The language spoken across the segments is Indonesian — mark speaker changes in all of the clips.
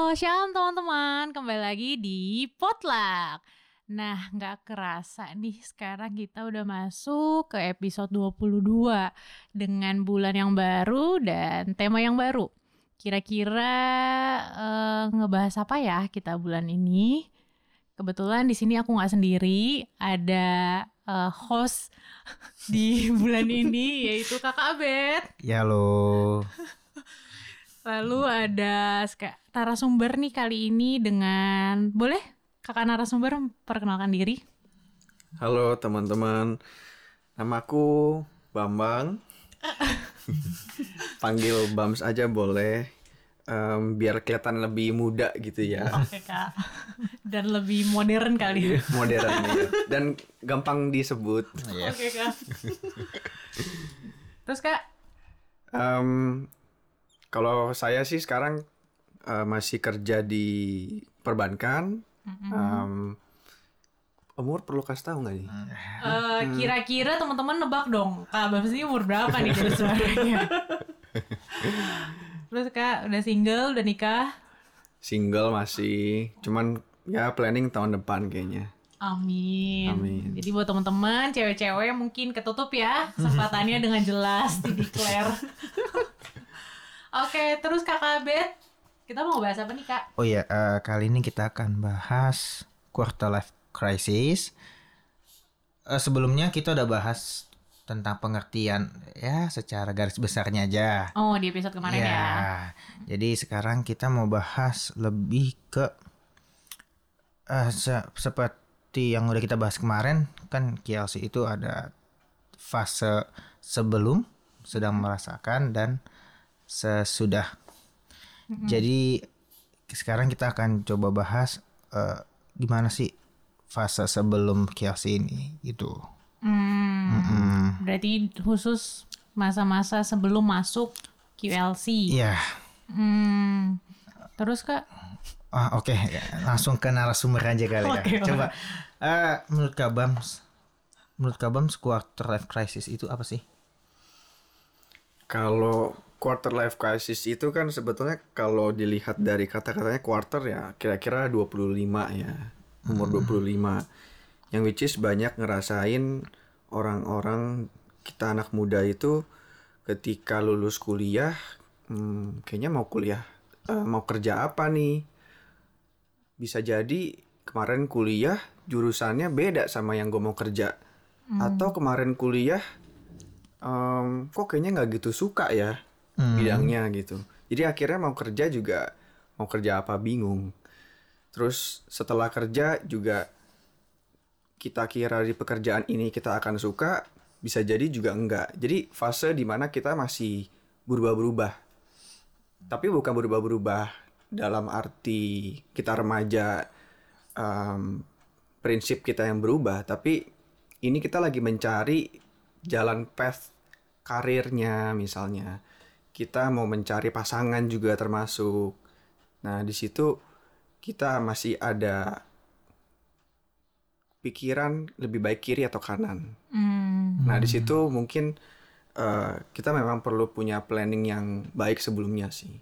Speaker 1: Shalom teman-teman, kembali lagi di Potluck. Nah, gak kerasa nih sekarang kita udah masuk ke episode 22 dengan bulan yang baru dan tema yang baru. Kira-kira ngebahas apa ya kita bulan ini? Kebetulan di sini aku nggak sendiri, ada host di bulan ini yaitu Kakak Abed.
Speaker 2: Ya lo.
Speaker 1: Lalu ada narasumber nih kali ini dengan, boleh kakak narasumber perkenalkan diri?
Speaker 2: Halo teman-teman, namaku Bambang. Panggil Bams aja boleh, biar kelihatan lebih muda gitu ya.
Speaker 1: Oke kak, dan lebih modern kali ya.
Speaker 2: Modern ya, dan gampang disebut.
Speaker 1: Oke kak. Terus kak?
Speaker 2: Kalau saya sih sekarang masih kerja di perbankan. Umur perlu kasih tahu nggak nih?
Speaker 1: Kira-kira teman-teman nebak dong, kak Bams ini umur berapa nih dari suaranya? Terus kak udah single, udah nikah?
Speaker 2: Single masih, cuman ya planning tahun depan kayaknya.
Speaker 1: Amin. Jadi buat teman-teman cewek-cewek mungkin ketutup ya kesempatannya dengan jelas di declare. Oke, terus Kakak Abed, kita mau bahas apa nih Kak?
Speaker 3: Oh ya, kali ini kita akan bahas quarter life crisis. Sebelumnya kita udah bahas tentang pengertian ya secara garis besarnya aja.
Speaker 1: Oh, di episode kemarin ya.
Speaker 3: Jadi sekarang kita mau bahas lebih ke seperti yang udah kita bahas kemarin, kan KLC itu ada fase sebelum, sedang merasakan, dan sesudah. Jadi sekarang kita akan coba bahas gimana sih fase sebelum KLC ini gitu.
Speaker 1: Berarti khusus masa-masa sebelum masuk QLC.
Speaker 3: Iya.
Speaker 1: Terus Kak?
Speaker 3: Oke. Langsung ke narasumber aja kali ya. Coba menurut Kak Bams quarter life crisis itu apa sih?
Speaker 2: Kalau quarter life crisis itu kan sebetulnya kalau dilihat dari kata-katanya quarter ya kira-kira 25 ya. Umur 25. Yang which is banyak ngerasain orang-orang kita anak muda itu ketika lulus kuliah kayaknya mau kerja apa nih? Bisa jadi kemarin kuliah jurusannya beda sama yang gue mau kerja. Atau kemarin kuliah kok kayaknya nggak gitu suka ya bidangnya gitu. Jadi akhirnya mau kerja apa bingung. Terus setelah kerja juga kita kira di pekerjaan ini kita akan suka, bisa jadi juga enggak. Jadi fase dimana kita masih berubah-berubah. Tapi bukan berubah-berubah dalam arti kita remaja, prinsip kita yang berubah. Tapi ini kita lagi mencari jalan path karirnya misalnya. Kita mau mencari pasangan juga termasuk. Nah di situ kita masih ada pikiran lebih baik kiri atau kanan. Nah di situ mungkin kita memang perlu punya planning yang baik sebelumnya sih.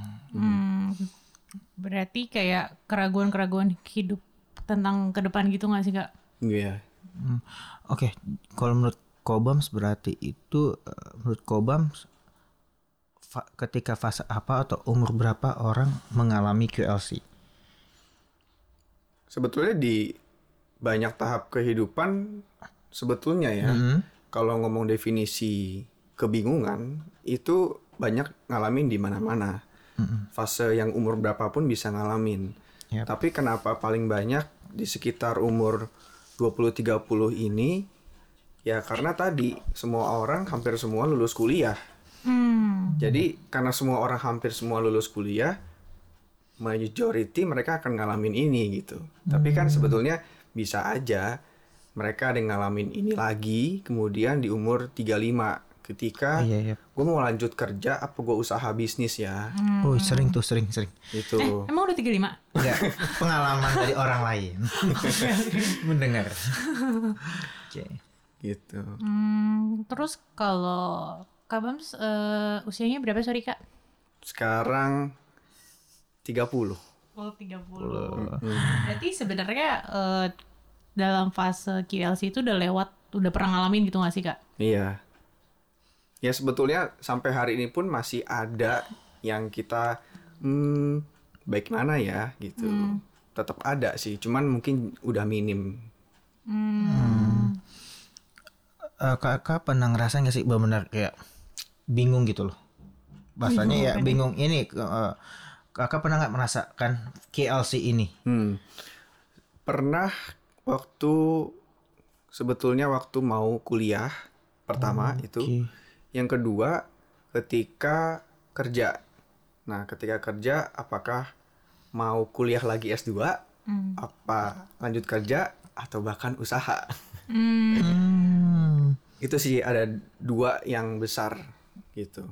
Speaker 1: Berarti kayak keraguan-keraguan hidup tentang ke depan gitu nggak sih Kak?
Speaker 2: Iya.
Speaker 3: Oke. Kalau menurut Kobams berarti itu menurut Kobams ketika fase apa atau umur berapa orang mengalami QLC?
Speaker 2: Sebetulnya di banyak tahap kehidupan sebetulnya ya, kalau ngomong definisi kebingungan itu banyak ngalamin di mana-mana. Fase yang umur berapapun bisa ngalamin. Tapi kenapa paling banyak di sekitar umur 20-30 ini? Ya karena tadi hampir semua lulus kuliah. Jadi karena hampir semua lulus kuliah, majority mereka akan ngalamin ini gitu. Tapi kan sebetulnya bisa aja mereka ada yang ngalamin ini lagi kemudian di umur 35 ketika gue mau lanjut kerja apa gue usaha bisnis ya.
Speaker 3: Oh sering
Speaker 2: Itu.
Speaker 1: Emang udah 35?
Speaker 3: Enggak, pengalaman dari orang lain. Mendengar.
Speaker 2: Gitu.
Speaker 1: Terus kalau Kak Bams usianya berapa sorry Kak?
Speaker 2: Sekarang 30.
Speaker 1: Oh, 30. Berarti sebenarnya dalam fase QLC itu udah pernah ngalamin gitu gak sih Kak?
Speaker 2: Iya. Ya sebetulnya sampai hari ini pun masih ada yang kita baik mana ya gitu. Tetap ada sih, cuman mungkin udah minim.
Speaker 3: Kakak pernah ngerasa nggak sih benar kayak bingung gitu loh? Bahasanya ya bingung ini. Kakak pernah nggak merasakan KLC ini?
Speaker 2: Pernah waktu sebetulnya waktu mau kuliah pertama itu. Yang kedua ketika kerja. Nah, ketika kerja apakah mau kuliah lagi S2, apa lanjut kerja atau bahkan usaha? Itu sih ada dua yang besar gitu.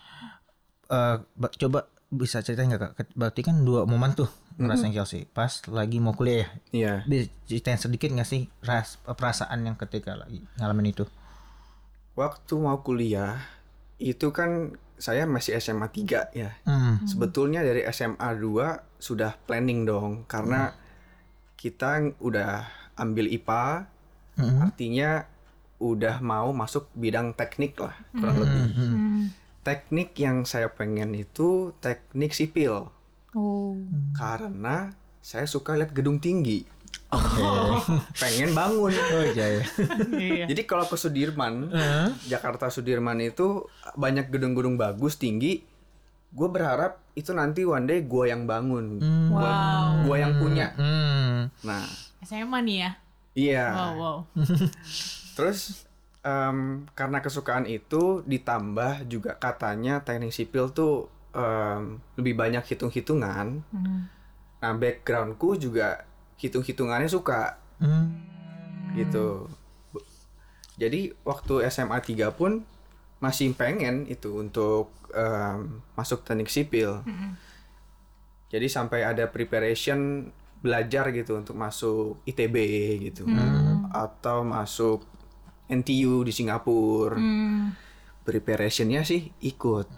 Speaker 3: Coba bisa ceritain nggak Kak? Berarti kan 2 momen tuh ngerasain KLC. Pas lagi mau kuliah ya?
Speaker 2: Iya.
Speaker 3: Bisa ceritain sedikit nggak sih perasaan yang ketika lagi ngalamin itu?
Speaker 2: Waktu mau kuliah itu kan saya masih SMA 3 ya. Sebetulnya dari SMA 2 sudah planning dong karena kita udah ambil IPA, artinya udah mau masuk bidang teknik lah kurang lebih. Teknik yang saya pengen itu teknik sipil. Karena saya suka lihat gedung tinggi. Pengen bangun.
Speaker 3: Iya.
Speaker 2: Jadi kalau ke Sudirman, Jakarta Sudirman itu banyak gedung-gedung bagus tinggi. Gue berharap itu nanti one day gue yang bangun, gue yang punya. Nah,
Speaker 1: SMA nih ya?
Speaker 2: iya.
Speaker 1: Wow.
Speaker 2: Terus karena kesukaan itu ditambah juga katanya teknik sipil tuh lebih banyak hitung-hitungan. Nah, backgroundku juga hitung-hitungannya suka. Gitu. Jadi waktu SMA 3 pun masih pengen itu untuk masuk teknik sipil. Jadi sampai ada preparation belajar gitu untuk masuk ITB gitu. Atau masuk NTU di Singapura. Preparationnya sih ikut.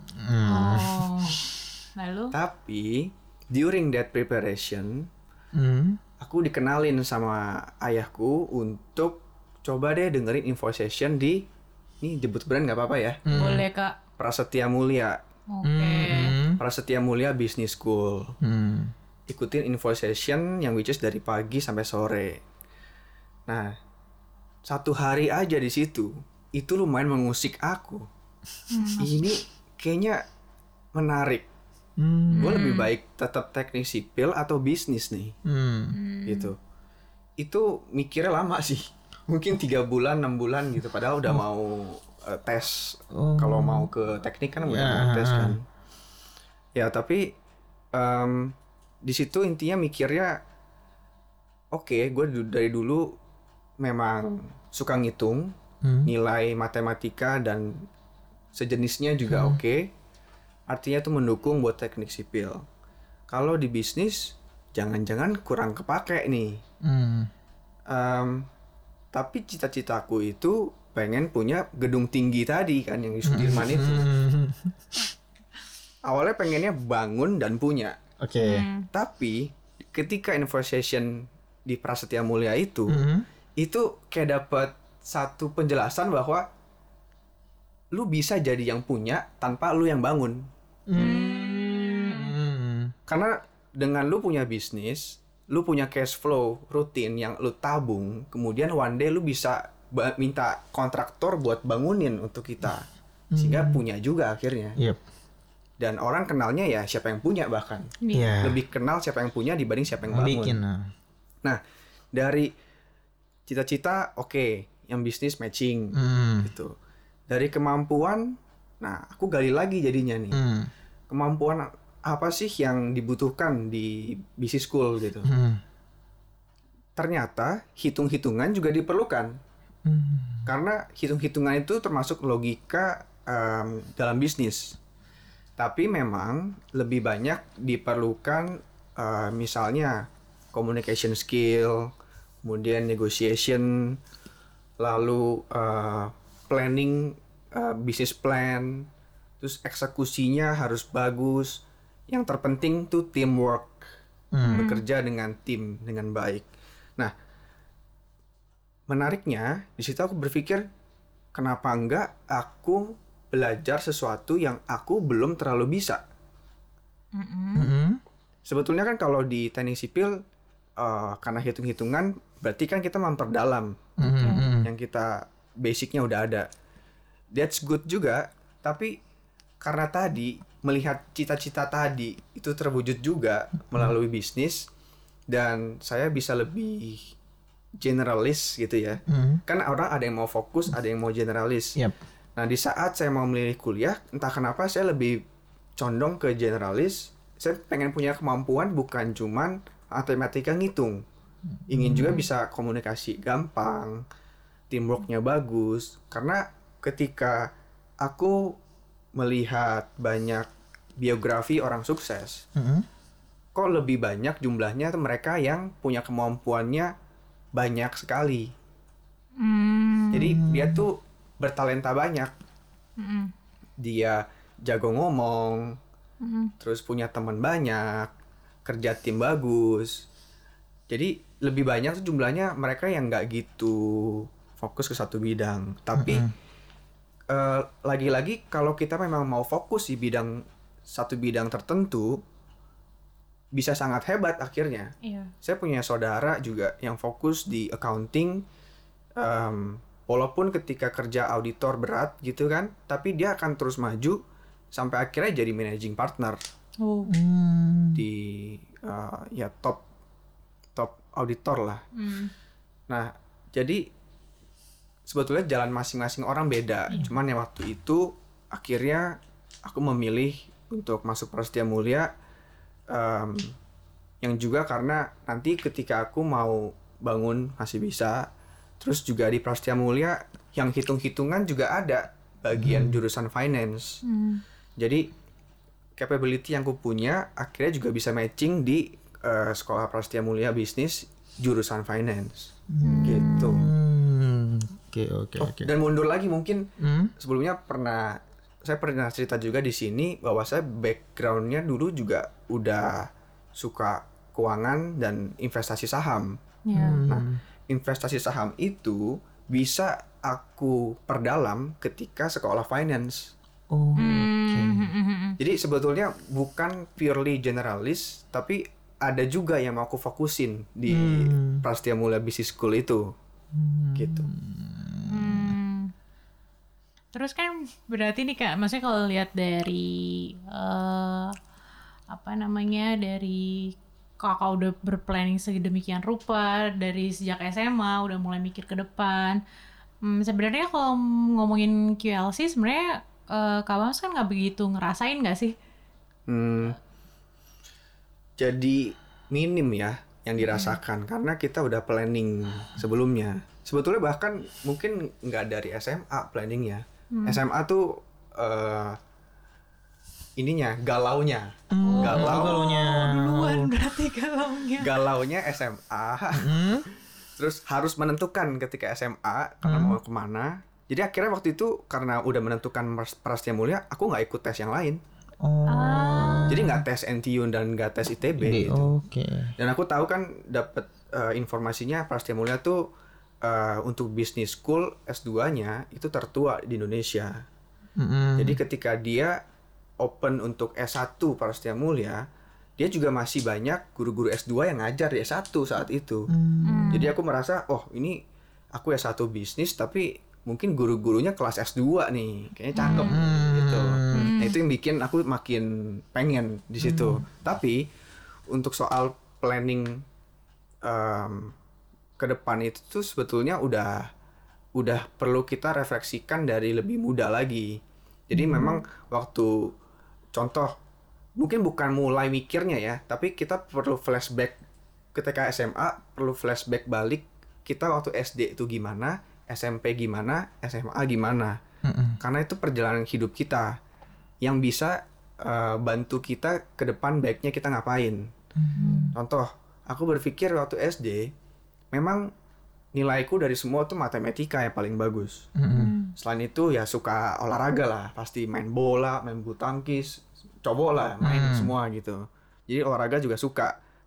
Speaker 1: Lalu?
Speaker 2: Tapi during that preparation, aku dikenalin sama ayahku untuk coba deh dengerin info session di, ini debut brand nggak apa-apa ya?
Speaker 1: Boleh Kak.
Speaker 2: Prasetya Mulia.
Speaker 1: Oke.
Speaker 2: Prasetya Mulia Business School. Ikutin info session yang which is dari pagi sampai sore. Nah, 1 hari aja di situ, itu lumayan mengusik aku. Ini kayaknya menarik. Gue lebih baik tetap teknik sipil atau bisnis nih. Gitu. Itu mikirnya lama sih. Mungkin 3 bulan, 6 bulan gitu. Padahal udah mau tes. Kalau mau ke teknik kan udah mau tes kan. Ya tapi di situ intinya mikirnya, oke, gue dari dulu memang suka ngitung, nilai matematika dan sejenisnya juga oke. Artinya itu mendukung buat teknik sipil. Kalau di bisnis, jangan-jangan kurang kepake nih. Tapi cita-citaku itu pengen punya gedung tinggi tadi kan yang di Sudirman itu. Awalnya pengennya bangun dan punya. Tapi ketika info session di Prasetya Mulia itu kayak dapat satu penjelasan bahwa lu bisa jadi yang punya tanpa lu yang bangun. Karena dengan lu punya bisnis, lu punya cash flow rutin yang lu tabung, kemudian one day lu bisa minta kontraktor buat bangunin untuk kita, sehingga punya juga akhirnya. Dan orang kenalnya ya siapa yang punya, bahkan lebih kenal siapa yang punya dibanding siapa yang bangun. Nah, dari cita-cita yang bisnis matching gitu. Dari kemampuan, nah aku gali lagi jadinya nih. Kemampuan apa sih yang dibutuhkan di business school gitu. Ternyata hitung-hitungan juga diperlukan. Karena hitung-hitungan itu termasuk logika dalam bisnis. Tapi memang lebih banyak diperlukan misalnya communication skill, kemudian negotiation, lalu planning, business plan, terus eksekusinya harus bagus. Yang terpenting tuh teamwork. bekerja dengan tim dengan baik. Nah, menariknya di situ aku berpikir kenapa enggak aku belajar sesuatu yang aku belum terlalu bisa. Sebetulnya kan kalau di teknik sipil karena hitung-hitungan berarti kan kita memperdalam yang kita basicnya udah ada. That's good juga, tapi karena tadi melihat cita-cita tadi itu terwujud juga melalui bisnis dan saya bisa lebih generalis gitu ya. Kan orang ada yang mau fokus, ada yang mau generalis. Nah, di saat saya mau memilih kuliah, entah kenapa saya lebih condong ke generalis. Saya pengen punya kemampuan bukan cuman matematika ngitung. Ingin juga bisa komunikasi gampang, teamworknya bagus. Karena ketika aku melihat banyak biografi orang sukses, kok lebih banyak jumlahnya mereka yang punya kemampuannya banyak sekali. Jadi dia tuh bertalenta banyak. Dia jago ngomong, terus punya teman banyak, kerja tim bagus. Jadi lebih banyak tuh jumlahnya mereka yang nggak gitu fokus ke satu bidang. Tapi lagi-lagi kalau kita memang mau fokus di satu bidang tertentu, bisa sangat hebat akhirnya. Saya punya saudara juga yang fokus di accounting, walaupun ketika kerja auditor berat gitu kan, tapi dia akan terus maju sampai akhirnya jadi managing partner di ya top auditor lah. Nah, jadi sebetulnya jalan masing-masing orang beda. Cuman ya waktu itu akhirnya aku memilih untuk masuk Prasetya Mulia, yang juga karena nanti ketika aku mau bangun masih bisa. Terus juga di Prasetya Mulia yang hitung-hitungan juga ada bagian jurusan finance. Jadi capability yang aku punya akhirnya juga bisa matching di sekolah Prasetya Mulia bisnis jurusan finance. Gitu. Oke. Dan mundur lagi mungkin sebelumnya saya pernah cerita juga di sini bahwa saya backgroundnya dulu juga udah suka keuangan dan investasi saham. Nah, investasi saham itu bisa aku perdalam ketika sekolah finance. Jadi sebetulnya bukan purely generalis, tapi ada juga yang mau aku fokusin di Prasetya Mulia Business School itu. Gitu.
Speaker 1: Terus kan berarti nih Kak, maksudnya kalau lihat dari dari kakak udah berplanning sedemikian rupa dari sejak SMA, udah mulai mikir ke depan. Sebenarnya kalau ngomongin QLC sebenarnya Kak Bams kan nggak begitu ngerasain nggak sih?
Speaker 2: Jadi minim ya yang dirasakan karena kita udah planning sebelumnya. Sebetulnya bahkan mungkin nggak dari SMA planningnya. SMA tuh galaunya.
Speaker 3: Galaunya.
Speaker 1: Duluan berarti galaunya.
Speaker 2: Galaunya SMA. Terus harus menentukan ketika SMA karena mau kemana. Jadi akhirnya waktu itu karena udah menentukan Prasetya Mulia, aku nggak ikut tes yang lain. Jadi nggak tes NTU dan nggak tes ITB gitu. Dan aku tahu kan dapat informasinya Prasetya Mulia tuh untuk business school S2-nya itu tertua di Indonesia. Jadi ketika dia open untuk S1 Prasetya Mulia, dia juga masih banyak guru-guru S2 yang ngajar di S1 saat itu. Jadi aku merasa, ini aku S1 bisnis tapi mungkin guru-gurunya kelas S2 nih, kayaknya cakep gitu. Nah itu yang bikin aku makin pengen di situ. Tapi untuk soal planning ke depan itu tuh sebetulnya udah perlu kita refleksikan dari lebih muda lagi. Jadi memang waktu contoh mungkin bukan mulai mikirnya ya, tapi kita perlu flashback ketika SMA, perlu flashback balik kita waktu SD itu gimana, SMP gimana, SMA gimana. Karena itu perjalanan hidup kita yang bisa bantu kita ke depan baiknya kita ngapain. Contoh, aku berpikir waktu SD memang nilaiku dari semua tuh matematika yang paling bagus. Selain itu ya suka olahraga lah, pasti main bola, main bulu tangkis, coba lah main semua gitu. Jadi olahraga juga suka.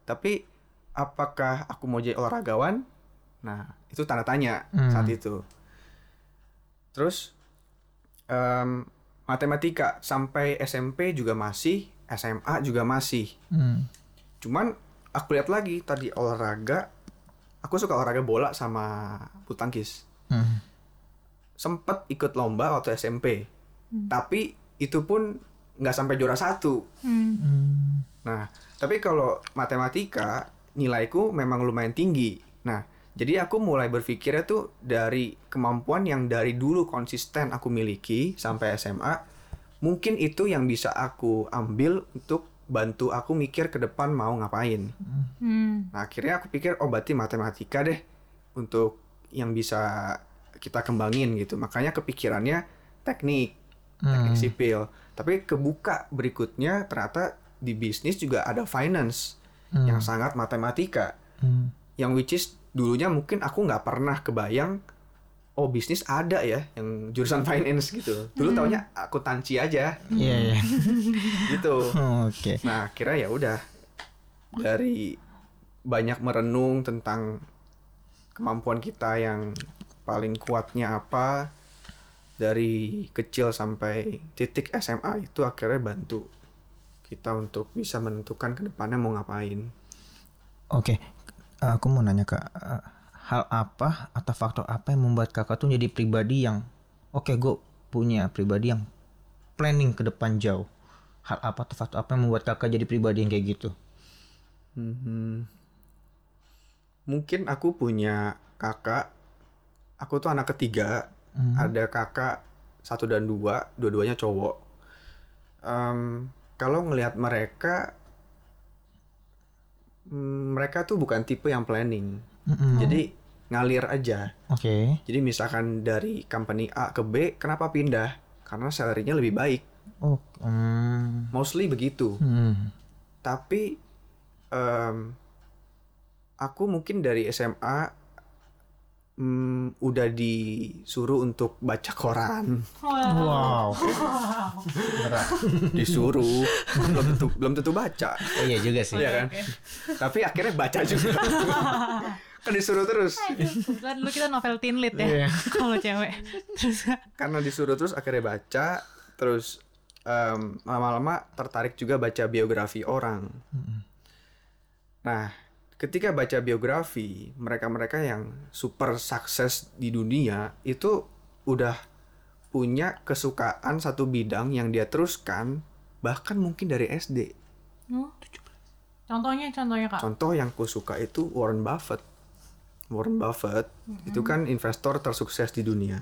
Speaker 2: Tapi apakah aku mau jadi olahragawan? Nah, itu tanda tanya saat itu. Terus matematika sampai SMP juga masih, SMA juga masih. Cuman aku lihat lagi tadi olahraga, aku suka olahraga bola sama bulu tangkis. Sempet ikut lomba waktu SMP, tapi itu pun nggak sampai juara 1. Nah, tapi kalau matematika nilaiku memang lumayan tinggi. Nah, jadi aku mulai berpikirnya tuh dari kemampuan yang dari dulu konsisten aku miliki sampai SMA, mungkin itu yang bisa aku ambil untuk bantu aku mikir ke depan mau ngapain. Nah, akhirnya aku pikir, oh berarti matematika deh untuk yang bisa kita kembangin gitu. Makanya kepikirannya teknik sipil. Tapi kebuka berikutnya ternyata di bisnis juga ada finance yang sangat matematika. Yang which is dulunya mungkin aku nggak pernah kebayang, oh bisnis ada ya yang jurusan finance gitu. Dulu taunya akuntansi aja.
Speaker 3: Iya.
Speaker 2: Gitu.
Speaker 3: Oke.
Speaker 2: Nah, akhirnya ya udah dari banyak merenung tentang kemampuan kita yang paling kuatnya apa, dari kecil sampai titik SMA itu akhirnya bantu kita untuk bisa menentukan ke depannya mau ngapain.
Speaker 3: Oke. Aku mau nanya Kak, hal apa atau faktor apa yang membuat Kakak tuh jadi pribadi yang oke, gue punya pribadi yang planning ke depan jauh. Hal apa atau faktor apa yang membuat Kakak jadi pribadi yang kayak gitu?
Speaker 2: Mungkin aku punya kakak. Aku tuh anak ketiga. Ada kakak 1 dan 2, dua-duanya cowok. Kalau ngelihat mereka, mereka tuh bukan tipe yang planning. Jadi ngalir aja.
Speaker 3: Oke.
Speaker 2: Jadi misalkan dari company A ke B, kenapa pindah? Karena salary-nya lebih baik.
Speaker 3: Oh.
Speaker 2: Mostly begitu. Tapi aku mungkin dari SMA udah disuruh untuk baca koran.
Speaker 3: Wow.
Speaker 1: Berat.
Speaker 2: Disuruh. belum tentu baca.
Speaker 3: Oh, iya juga sih.
Speaker 2: Iya kan? Tapi akhirnya baca juga. Kan disuruh terus.
Speaker 1: Kebetulan dulu kita novel teen lead ya. Kalau cewek. Terus
Speaker 2: Karena disuruh terus akhirnya baca. Terus lama-lama tertarik juga baca biografi orang. Nah, ketika baca biografi mereka-mereka yang super sukses di dunia itu udah punya kesukaan satu bidang yang dia teruskan bahkan mungkin dari SD.
Speaker 1: Contohnya Kak.
Speaker 2: Contoh yang ku suka itu Warren Buffett. Warren Buffett itu kan investor tersukses di dunia.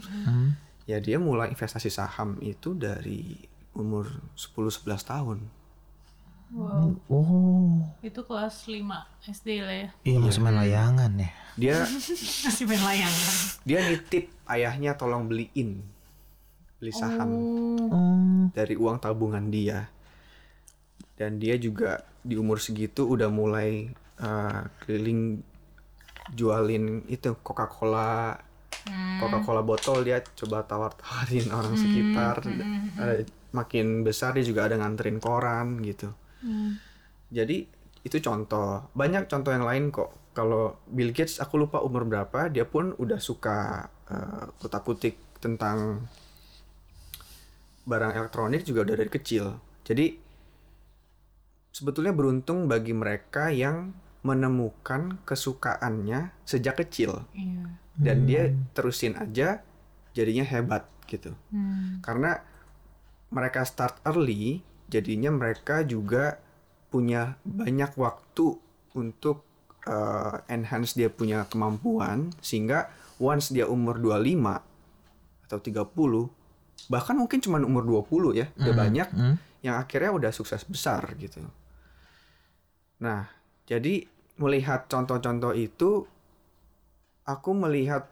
Speaker 2: Ya dia mulai investasi saham itu dari umur 10-11 tahun.
Speaker 1: Wow.
Speaker 3: Oh.
Speaker 1: Itu kelas 5 SD lah ya.
Speaker 3: Iya, masih main layangan ya.
Speaker 2: Dia
Speaker 1: Masih main layangan.
Speaker 2: dia nitip ayahnya tolong beli saham dari uang tabungan dia. Dan dia juga di umur segitu udah mulai keliling jualin itu Coca-Cola botol, dia coba tawar-tawarin orang sekitar. Makin besar dia juga ada nganterin koran gitu. Jadi itu contoh. Banyak contoh yang lain kok. Kalau Bill Gates aku lupa umur berapa, dia pun udah suka kutak-kutik tentang barang elektronik juga udah dari kecil. Jadi sebetulnya beruntung bagi mereka yang menemukan kesukaannya sejak kecil. Dan dia terusin aja jadinya hebat gitu. Karena mereka start early, jadinya mereka juga punya banyak waktu untuk enhance dia punya kemampuan, sehingga once dia umur 25 atau 30, bahkan mungkin cuma umur 20 ya, udah banyak yang akhirnya udah sukses besar gitu. Nah, jadi melihat contoh-contoh itu, aku melihat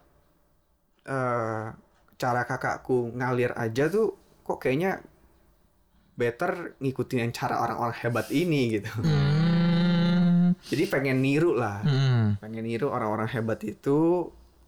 Speaker 2: cara kakakku ngalir aja tuh kok kayaknya better ngikutin yang cara orang-orang hebat ini gitu. Jadi pengen niru lah. Pengen niru orang-orang hebat itu.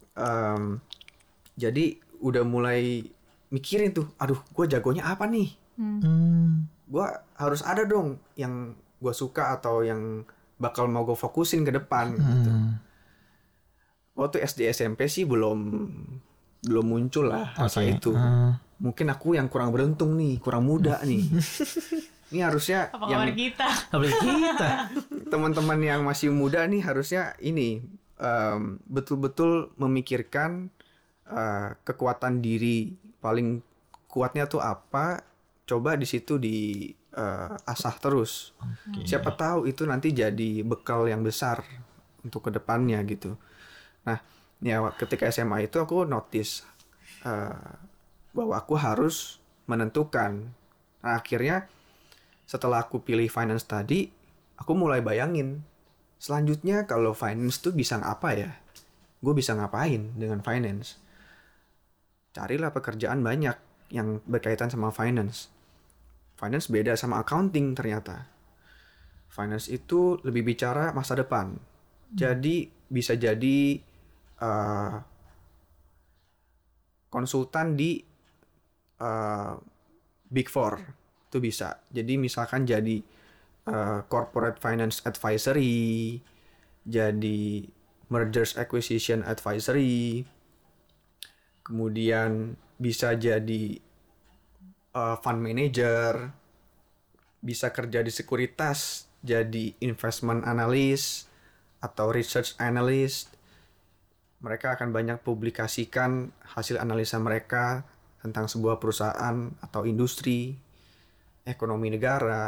Speaker 2: Jadi udah mulai mikirin tuh, aduh gue jagonya apa nih? Gue harus ada dong yang gue suka atau yang bakal mau gue fokusin ke depan gitu. Waktu SD SMP sih belum muncul lah rasa itu. Mungkin aku yang kurang beruntung nih, kurang muda nih. Ini harusnya
Speaker 1: Apa
Speaker 2: yang
Speaker 1: kabar kita?
Speaker 3: Apalagi kita.
Speaker 2: teman-teman yang masih muda nih harusnya ini betul-betul memikirkan kekuatan diri, paling kuatnya tuh apa, coba di situ di asah terus. Siapa tahu itu nanti jadi bekal yang besar untuk kedepannya gitu. Nah, ya ketika SMA itu aku notice bahwa aku harus menentukan. Nah, akhirnya setelah aku pilih finance tadi, aku mulai bayangin selanjutnya kalau finance tuh bisa apa ya? Gue bisa ngapain dengan finance? Carilah pekerjaan banyak yang berkaitan sama finance. Finance beda sama accounting ternyata. Finance itu lebih bicara masa depan. Jadi bisa jadi konsultan di Big Four itu bisa. Jadi misalkan jadi corporate finance advisory, jadi mergers acquisition advisory, kemudian bisa jadi fund manager, bisa kerja di sekuritas, jadi investment analyst atau research analyst. Mereka akan banyak publikasikan hasil analisa mereka tentang sebuah perusahaan atau industri, ekonomi negara.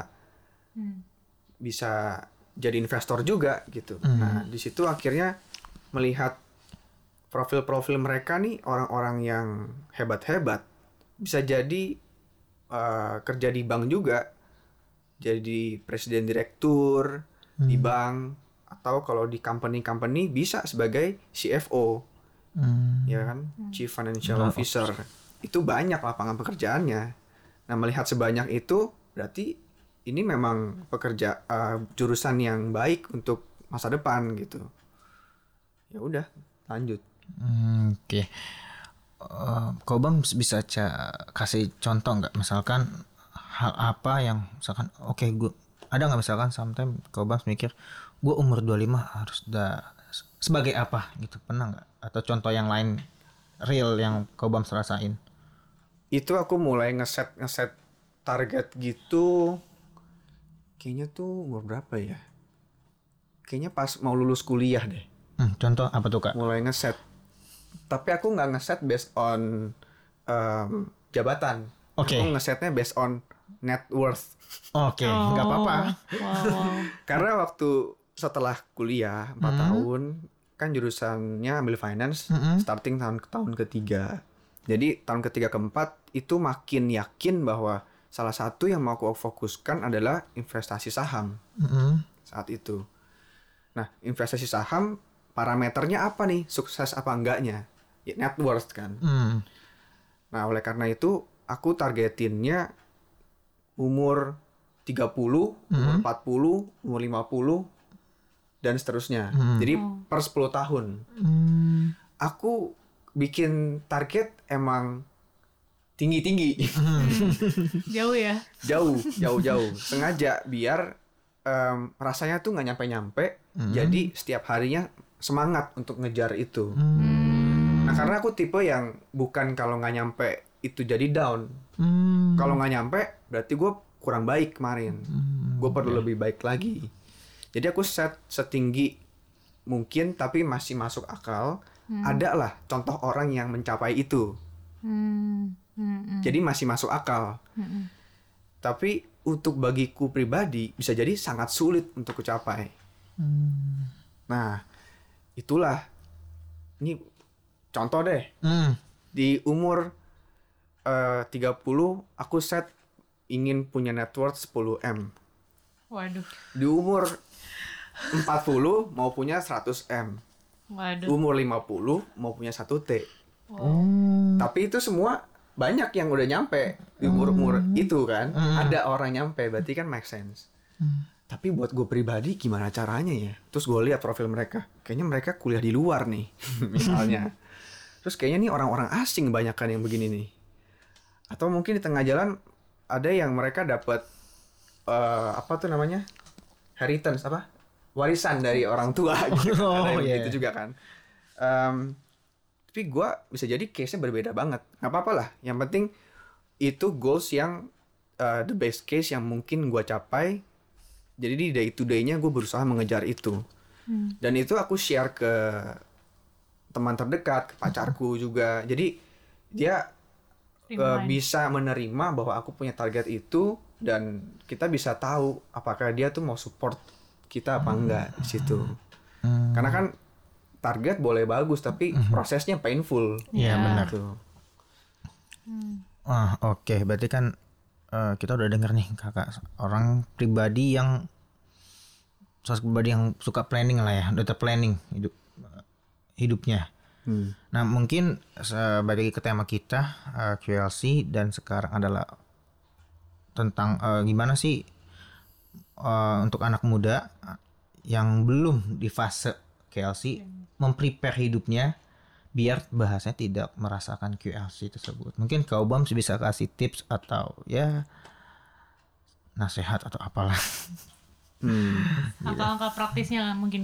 Speaker 2: Bisa jadi investor juga gitu. Nah, di situ akhirnya melihat profil-profil mereka nih, orang-orang yang hebat-hebat, bisa jadi kerja di bank juga, jadi presiden direktur di bank, atau kalau di company bisa sebagai CFO, ya kan, Chief Financial Officer. Itu banyak lapangan pekerjaannya. Nah, melihat sebanyak itu berarti ini memang jurusan yang baik untuk masa depan gitu. Ya udah, lanjut.
Speaker 3: Oke. Kobam bisa kasih contoh nggak, misalkan hal apa yang misalkan gue ada nggak, misalkan sometimes Kobam mikir gue umur 25 harus udah sebagai apa gitu, pernah nggak? Atau contoh yang lain real yang Kobam rasain?
Speaker 2: Itu aku mulai ngeset target gitu. Kayaknya tuh umur berapa ya? Kayaknya pas mau lulus kuliah deh.
Speaker 3: Contoh apa tuh, Kak?
Speaker 2: Mulai ngeset. Tapi aku nggak ngeset based on jabatan.
Speaker 3: Oke.
Speaker 2: Aku ngesetnya based on net worth.
Speaker 3: Oke, nggak apa-apa.
Speaker 1: Wow.
Speaker 2: Karena waktu setelah kuliah 4 tahun, kan jurusannya ambil finance, starting tahun ketiga. Jadi tahun ketiga keempat itu makin yakin bahwa salah satu yang mau aku fokuskan adalah investasi saham saat itu. Nah, investasi saham parameternya apa nih? Sukses apa enggaknya? Ya, net worth kan. Nah, oleh karena itu aku targetinnya umur 30, umur 40, umur 50, dan seterusnya. Jadi per 10 tahun. Aku bikin target emang tinggi-tinggi.
Speaker 1: Jauh ya?
Speaker 2: Jauh. Sengaja biar rasanya tuh nggak nyampe-nyampe. Jadi setiap harinya semangat untuk ngejar itu. Nah, karena aku tipe yang bukan kalau nggak nyampe itu jadi down. Kalau nggak nyampe berarti gue kurang baik kemarin. Gue perlu lebih baik lagi. Jadi aku set setinggi mungkin tapi masih masuk akal. Ada lah contoh orang yang mencapai itu. Jadi masih masuk akal. Tapi untuk bagiku pribadi bisa jadi sangat sulit untuk kucapai. Nah, itulah. Ini contoh deh. Di umur 30 aku set ingin punya net worth 10M.
Speaker 1: Waduh.
Speaker 2: Di umur 40 mau punya 100M.
Speaker 1: Waduh.
Speaker 2: Umur 50 mau punya 1T. Tapi itu semua banyak yang udah nyampe di umur-umur itu kan. Ada orang nyampe, berarti kan make sense. Tapi buat gue pribadi gimana caranya ya? Terus gue lihat profil mereka. Kayaknya mereka kuliah di luar nih, misalnya. Terus kayaknya nih orang-orang asing banyakan yang begini nih. Atau mungkin di tengah jalan ada yang mereka dapat apa tuh namanya? Inheritance apa? warisan dari orang tua gitu. Ada yang
Speaker 3: iya.
Speaker 2: begitu juga kan. Tapi gue bisa jadi case-nya berbeda banget. Nggak apa-apa lah. Yang penting itu goals yang the best case yang mungkin gue capai. Jadi di day to day-nya gue berusaha mengejar itu. Dan itu aku share ke teman terdekat, ke pacarku juga. Jadi dia bisa menerima bahwa aku punya target itu dan kita bisa tahu apakah dia tuh mau support kita apa enggak di situ. Karena kan target boleh bagus tapi prosesnya painful.
Speaker 3: Iya benar.
Speaker 2: Gitu.
Speaker 3: Oke. Berarti kan kita udah denger nih kakak orang pribadi yang sosok pribadi yang suka planning lah ya, udah terplanning hidupnya. Nah mungkin balik lagi ke tema kita QLC dan sekarang adalah tentang gimana sih untuk anak muda yang belum di fase QLC memprepare hidupnya biar bahasanya tidak merasakan QLC tersebut. Mungkin Kak Obam bisa kasih tips atau ya nasihat atau apalah.
Speaker 1: Langkah-langkah praktisnya mungkin.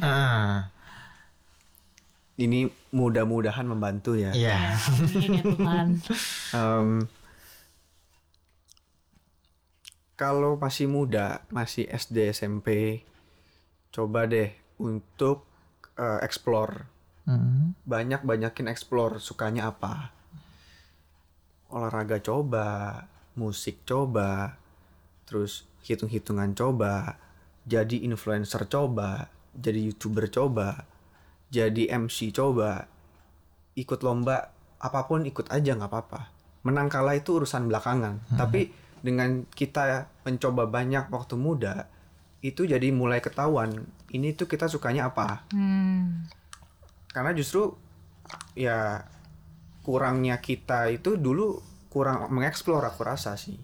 Speaker 2: Ini mudah-mudahan membantu ya.
Speaker 3: Iya.
Speaker 1: Amin ya Tuhan.
Speaker 2: Kalau masih muda, masih SD, SMP, coba deh untuk explore. Banyakin explore, sukanya apa. Olahraga coba, musik coba, terus hitung-hitungan coba, jadi influencer coba, jadi YouTuber coba, jadi MC coba, ikut lomba, apapun ikut aja nggak apa-apa. Menang kalah itu urusan belakangan. Tapi dengan kita mencoba banyak waktu muda, itu jadi mulai ketahuan, ini tuh kita sukanya apa. Karena justru ya kurangnya kita itu dulu kurang mengeksplor aku rasa sih.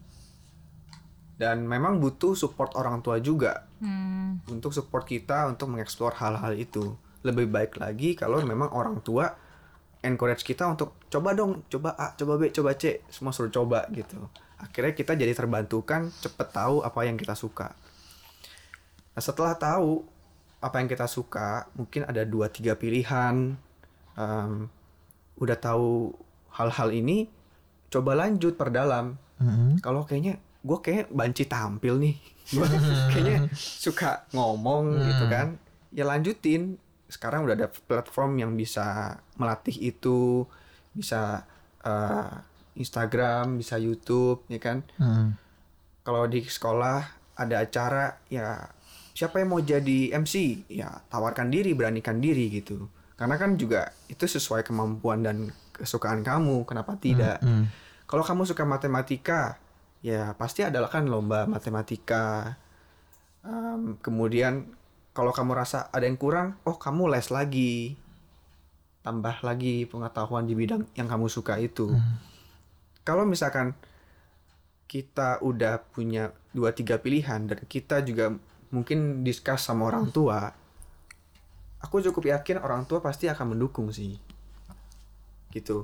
Speaker 2: Dan memang butuh support orang tua juga untuk support kita untuk mengeksplor hal-hal itu. Lebih baik lagi kalau memang orang tua encourage kita untuk coba dong, coba A, coba B, coba C, semua suruh coba gitu. Akhirnya kita jadi terbantukan cepet tahu apa yang kita suka. Nah setelah tahu apa yang kita suka, mungkin ada 2-3 pilihan. Udah tahu hal-hal ini, coba lanjut perdalam. Kalau kayaknya gue kayak banci tampil nih, gue kayaknya suka ngomong gitu kan, ya lanjutin. Sekarang udah ada platform yang bisa melatih itu, bisa Instagram, bisa YouTube, ya kan. Kalau di sekolah ada acara, ya siapa yang mau jadi MC, ya tawarkan diri, beranikan diri gitu. Karena kan juga itu sesuai kemampuan dan kesukaan kamu, kenapa tidak? Kalau kamu suka matematika, ya pasti adalah kan lomba matematika. Kemudian kalau kamu rasa ada yang kurang, oh kamu les lagi, tambah lagi pengetahuan di bidang yang kamu suka itu. Kalau misalkan kita udah punya 2-3 pilihan dan kita juga mungkin discuss sama orang tua, aku cukup yakin orang tua pasti akan mendukung sih, gitu.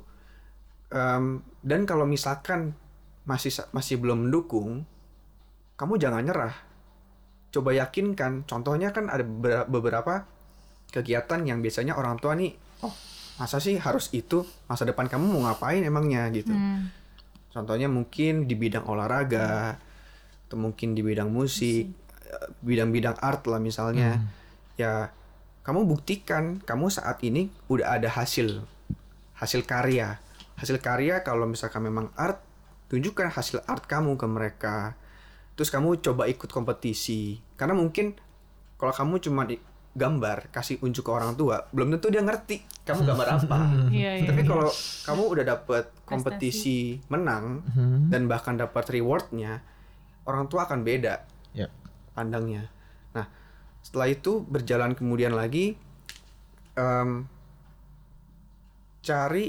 Speaker 2: Dan kalau misalkan masih belum mendukung, kamu jangan nyerah. Coba yakinkan. Contohnya kan ada beberapa kegiatan yang biasanya orang tua nih, oh masa sih harus itu, masa depan kamu mau ngapain emangnya gitu. Contohnya mungkin di bidang olahraga, atau mungkin di bidang musik, bidang-bidang art lah misalnya. Ya kamu buktikan kamu saat ini udah ada hasil karya. Hasil karya kalau misalkan memang art, tunjukkan hasil art kamu ke mereka. Terus kamu coba ikut kompetisi. Karena mungkin kalau kamu cuma gambar, kasih unjuk ke orang tua, belum tentu dia ngerti kamu gambar apa. Tapi kalau kamu udah dapet kompetisi menang dan bahkan dapat rewardnya, orang tua akan beda pandangnya. Nah setelah itu berjalan kemudian lagi, cari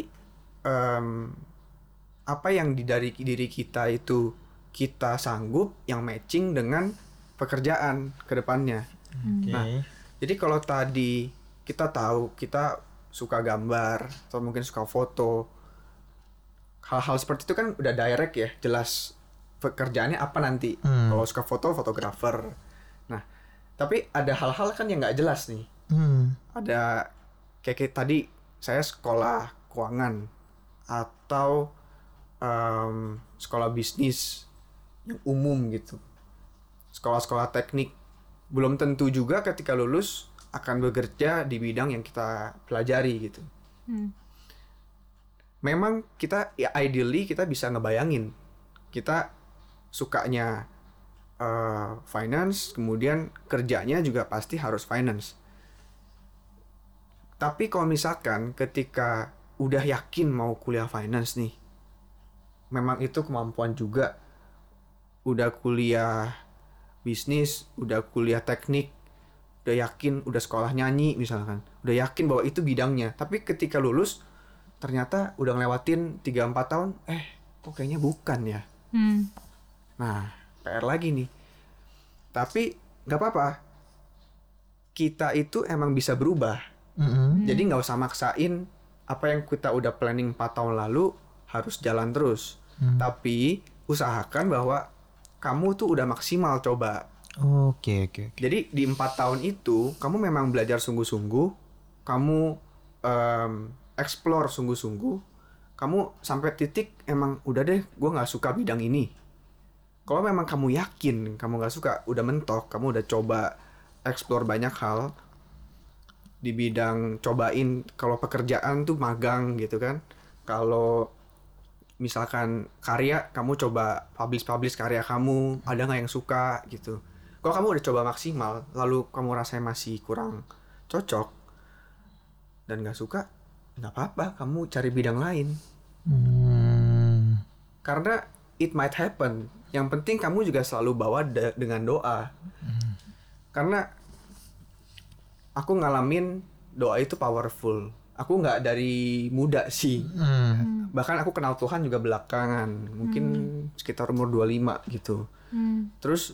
Speaker 2: apa yang dari diri kita itu kita sanggup yang matching dengan pekerjaan ke depannya. Nah, jadi kalau tadi kita tahu kita suka gambar atau mungkin suka foto, hal-hal seperti itu kan udah direct ya, jelas pekerjaannya apa nanti. Kalau suka foto, fotografer. Nah, Tapi ada hal-hal kan yang nggak jelas nih. Ada kayak tadi saya sekolah keuangan atau sekolah bisnis yang umum gitu. Sekolah-sekolah teknik belum tentu juga ketika lulus akan bekerja di bidang yang kita pelajari gitu. Memang kita ya ideally kita bisa ngebayangin kita sukanya finance, kemudian kerjanya juga pasti harus finance. Tapi kalau misalkan ketika udah yakin mau kuliah finance nih, memang itu kemampuan juga, udah kuliah bisnis, udah kuliah teknik, udah yakin, udah sekolah nyanyi misalkan, udah yakin bahwa itu bidangnya, tapi ketika lulus ternyata udah ngelewatin 3-4 tahun, kok kayaknya bukan ya. Nah, PR lagi nih. Tapi nggak apa-apa. Kita itu emang bisa berubah. Jadi nggak usah maksain apa yang kita udah planning 4 tahun lalu harus jalan terus. Tapi usahakan bahwa kamu tuh udah maksimal coba.
Speaker 3: Oke.
Speaker 2: Jadi di 4 tahun itu kamu memang belajar sungguh-sungguh, kamu explore sungguh-sungguh, kamu sampai titik emang udah deh gue nggak suka bidang ini. Kalau memang kamu yakin kamu nggak suka, udah mentok, kamu udah coba explore banyak hal di bidang, cobain kalau pekerjaan tuh magang gitu kan. Kalau misalkan karya, kamu coba publish karya kamu, ada nggak yang suka gitu. Kalau kamu udah coba maksimal, lalu kamu rasanya masih kurang cocok dan nggak suka, nggak apa-apa, kamu cari bidang lain. Karena it might happen. Yang penting kamu juga selalu bawa dengan doa. Karena aku ngalamin doa itu powerful. Aku nggak dari muda sih. Bahkan aku kenal Tuhan juga belakangan. Mungkin sekitar umur 25 gitu. Terus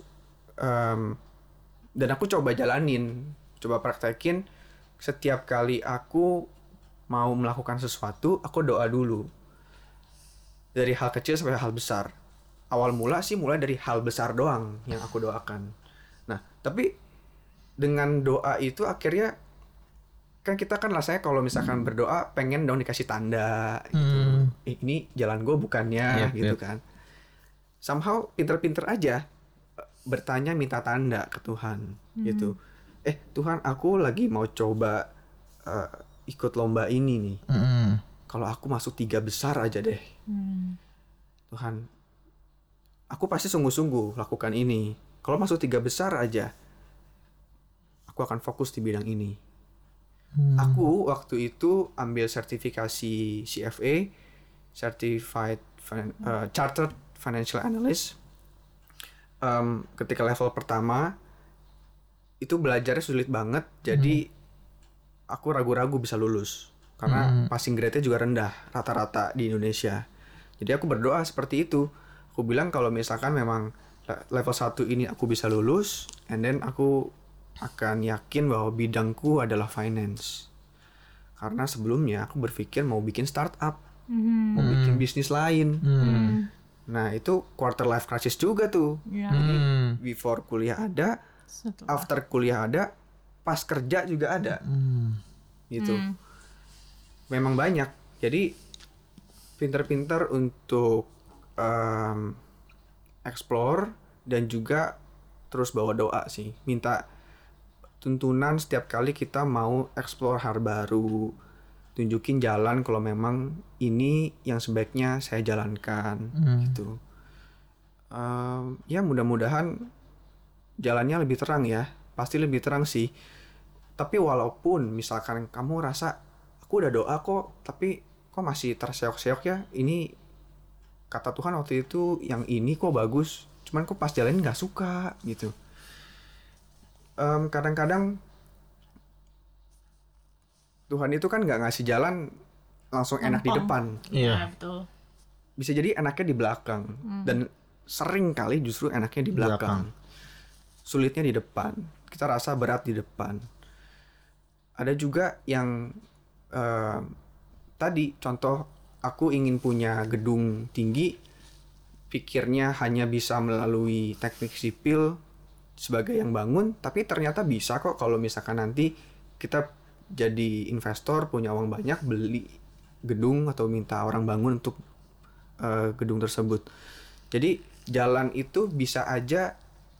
Speaker 2: dan aku coba jalanin, coba praktekin. Setiap kali aku mau melakukan sesuatu, aku doa dulu. Dari hal kecil sampai hal besar. Awal mula sih mulai dari hal besar doang yang aku doakan. Nah, tapi dengan doa itu akhirnya kan kita kan rasanya kalau misalkan berdoa pengen dong dikasih tanda gitu. Ini jalan gue bukannya gitu kan. Somehow pinter-pinter aja bertanya minta tanda ke Tuhan gitu. Tuhan, aku lagi mau coba ikut lomba ini nih. Kalau aku masuk 3 besar aja deh. Tuhan, aku pasti sungguh-sungguh lakukan ini. Kalau masuk 3 besar aja, aku akan fokus di bidang ini. Aku waktu itu ambil sertifikasi CFA, Certified Chartered Financial Analyst. Ketika level pertama, itu belajarnya sulit banget. Jadi aku ragu-ragu bisa lulus. Karena passing grade-nya juga rendah rata-rata di Indonesia. Jadi aku berdoa seperti itu. Aku bilang kalau misalkan memang level 1 ini aku bisa lulus, and then aku akan yakin bahwa bidangku adalah finance. Karena sebelumnya aku berpikir mau bikin startup, mau bikin bisnis lain. Nah itu quarter life crisis juga tuh. Jadi before kuliah ada, after kuliah ada, pas kerja juga ada. Gitu. Memang banyak. Jadi pinter-pinter untuk explore dan juga terus bawa doa sih. Minta tuntunan setiap kali kita mau explore hal baru. Tunjukin jalan kalau memang ini yang sebaiknya saya jalankan gitu. Ya mudah-mudahan jalannya lebih terang ya. Pasti lebih terang sih. Tapi walaupun misalkan kamu rasa aku udah doa kok, tapi kok masih terseok-seok ya, ini kata Tuhan waktu itu yang ini kok bagus, cuman kok pas jalanin nggak suka gitu. Kadang-kadang Tuhan itu kan nggak ngasih jalan langsung enak di depan.
Speaker 1: Iya, betul.
Speaker 2: Bisa jadi enaknya di belakang, dan sering kali justru enaknya di belakang. Sulitnya di depan, kita rasa berat di depan. Ada juga yang tadi contoh, aku ingin punya gedung tinggi, pikirnya hanya bisa melalui teknik sipil, sebagai yang bangun, tapi ternyata bisa kok kalau misalkan nanti kita jadi investor punya uang banyak beli gedung atau minta orang bangun untuk gedung tersebut. Jadi jalan itu bisa aja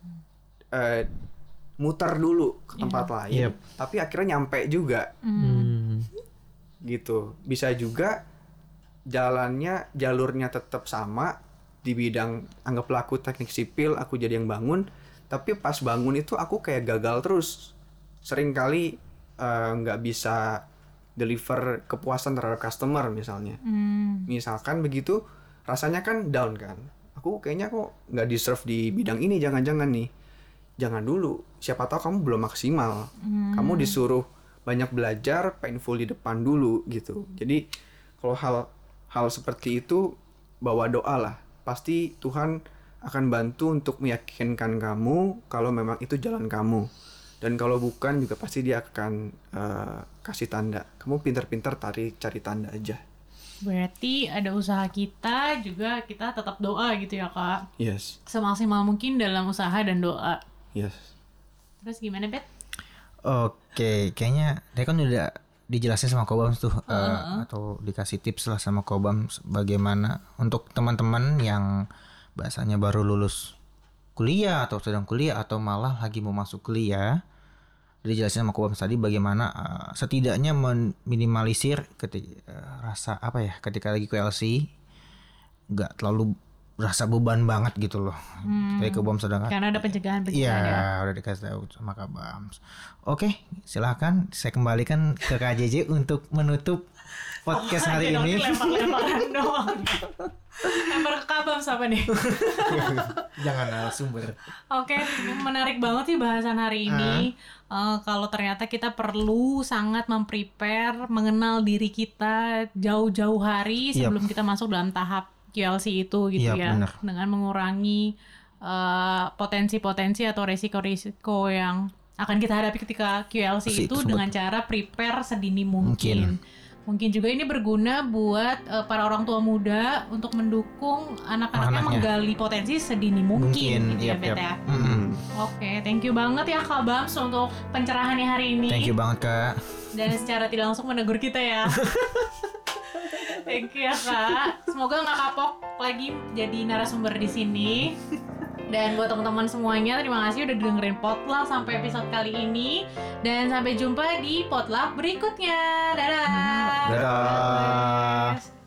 Speaker 2: muter dulu ke tempat lain, tapi akhirnya nyampe juga. Gitu. Bisa juga jalurnya tetap sama di bidang, anggaplah aku teknik sipil, aku jadi yang bangun, tapi pas bangun itu aku kayak gagal terus. Seringkali nggak bisa deliver kepuasan terhadap customer misalnya. Misalkan begitu, rasanya kan down kan. Aku kayaknya kok nggak deserve di bidang ini, jangan-jangan nih. Jangan dulu, siapa tahu kamu belum maksimal. Kamu disuruh banyak belajar, painful di depan dulu gitu. Jadi kalau hal seperti itu, bawa doa lah. Pasti Tuhan akan bantu untuk meyakinkan kamu kalau memang itu jalan kamu. Dan kalau bukan juga pasti dia akan kasih tanda. Kamu pintar-pintar cari tanda aja.
Speaker 1: Berarti ada usaha kita juga, kita tetap doa gitu ya Kak?
Speaker 2: Yes.
Speaker 1: Semaksimal mungkin dalam usaha dan doa.
Speaker 2: Yes.
Speaker 1: Terus gimana Bet?
Speaker 3: Oke, kayaknya tadi kan udah dijelasin sama Kobams tuh, atau dikasih tips lah sama Kobams bagaimana untuk teman-teman yang bahasanya baru lulus kuliah atau sedang kuliah atau malah lagi mau masuk kuliah. Dijelasin sama Kobams tadi bagaimana setidaknya meminimalisir rasa ketika lagi QLC nggak terlalu rasa beban banget gitu loh. Kayak Kobams sedang
Speaker 1: karena ada pencegahan
Speaker 3: ya. Udah dikasih tahu sama Kak Bams. Oke, silakan saya kembalikan ke Kak JJ untuk menutup podcast hari ini.
Speaker 1: Lempar-lemparan doang. Lempar ke Kak Bams apa nih?
Speaker 3: Jangan narasumber.
Speaker 1: Oke, menarik banget sih bahasan hari ini. Kalau ternyata kita perlu sangat memprepare, mengenal diri kita jauh-jauh hari sebelum kita masuk dalam tahap QLC itu gitu ya.
Speaker 3: Bener.
Speaker 1: Dengan mengurangi potensi-potensi atau resiko-resiko yang akan kita hadapi ketika QLC itu dengan cara prepare sedini mungkin. Mungkin juga ini berguna buat para orang tua muda untuk mendukung anak-anaknya menggali potensi sedini mungkin gitu ya Bet ya. Oke, thank you banget ya Kak Bams untuk pencerahannya hari ini.
Speaker 3: Thank you banget Kak.
Speaker 1: Dan secara tidak langsung menegur kita ya. Thank you ya Kak. Semoga nggak kapok lagi jadi narasumber di sini. Dan buat teman-teman semuanya, terima kasih udah dengerin Potluck sampai episode kali ini. Dan sampai jumpa di Potluck berikutnya. Dadah.
Speaker 3: Dadah.